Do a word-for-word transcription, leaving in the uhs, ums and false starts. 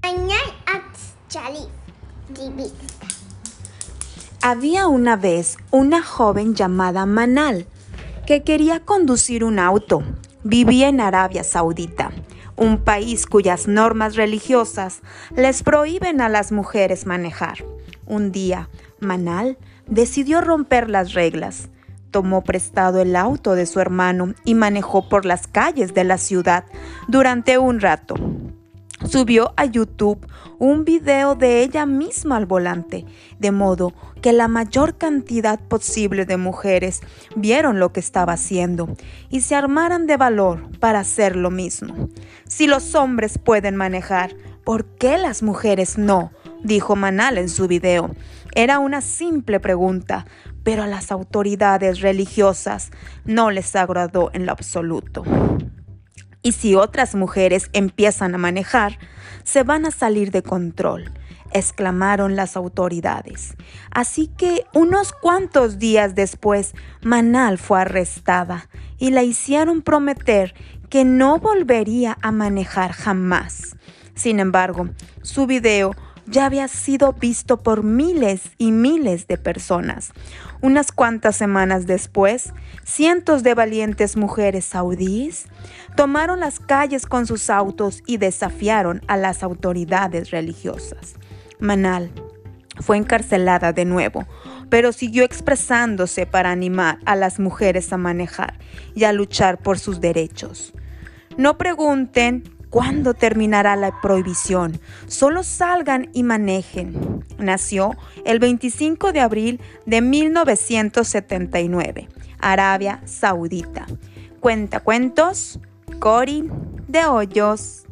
Manal at Sharif revista. Había una vez una joven llamada Manal que quería conducir un auto. Vivía en Arabia Saudita, un país cuyas normas religiosas les prohíben a las mujeres manejar. Un día, Manal decidió romper las reglas. Tomó prestado el auto de su hermano y manejó por las calles de la ciudad durante un rato. Subió a YouTube un video de ella misma al volante, de modo que la mayor cantidad posible de mujeres vieron lo que estaba haciendo y se armaran de valor para hacer lo mismo. Si los hombres pueden manejar, ¿por qué las mujeres no?, dijo Manal en su video. Era una simple pregunta, pero a las autoridades religiosas no les agradó en lo absoluto. Y si otras mujeres empiezan a manejar, se van a salir de control, exclamaron las autoridades. Así que unos cuantos días después, Manal fue arrestada y la hicieron prometer que no volvería a manejar jamás. Sin embargo, su video ya había sido visto por miles y miles de personas. Unas cuantas semanas después, cientos de valientes mujeres saudíes tomaron las calles con sus autos y desafiaron a las autoridades religiosas. Manal fue encarcelada de nuevo, pero siguió expresándose para animar a las mujeres a manejar y a luchar por sus derechos. No pregunten ¿cuándo terminará la prohibición? Solo salgan y manejen. Nació el veinticinco de abril de mil novecientos setenta y nueve, Arabia Saudita. Cuentacuentos, Cori de Hoyos.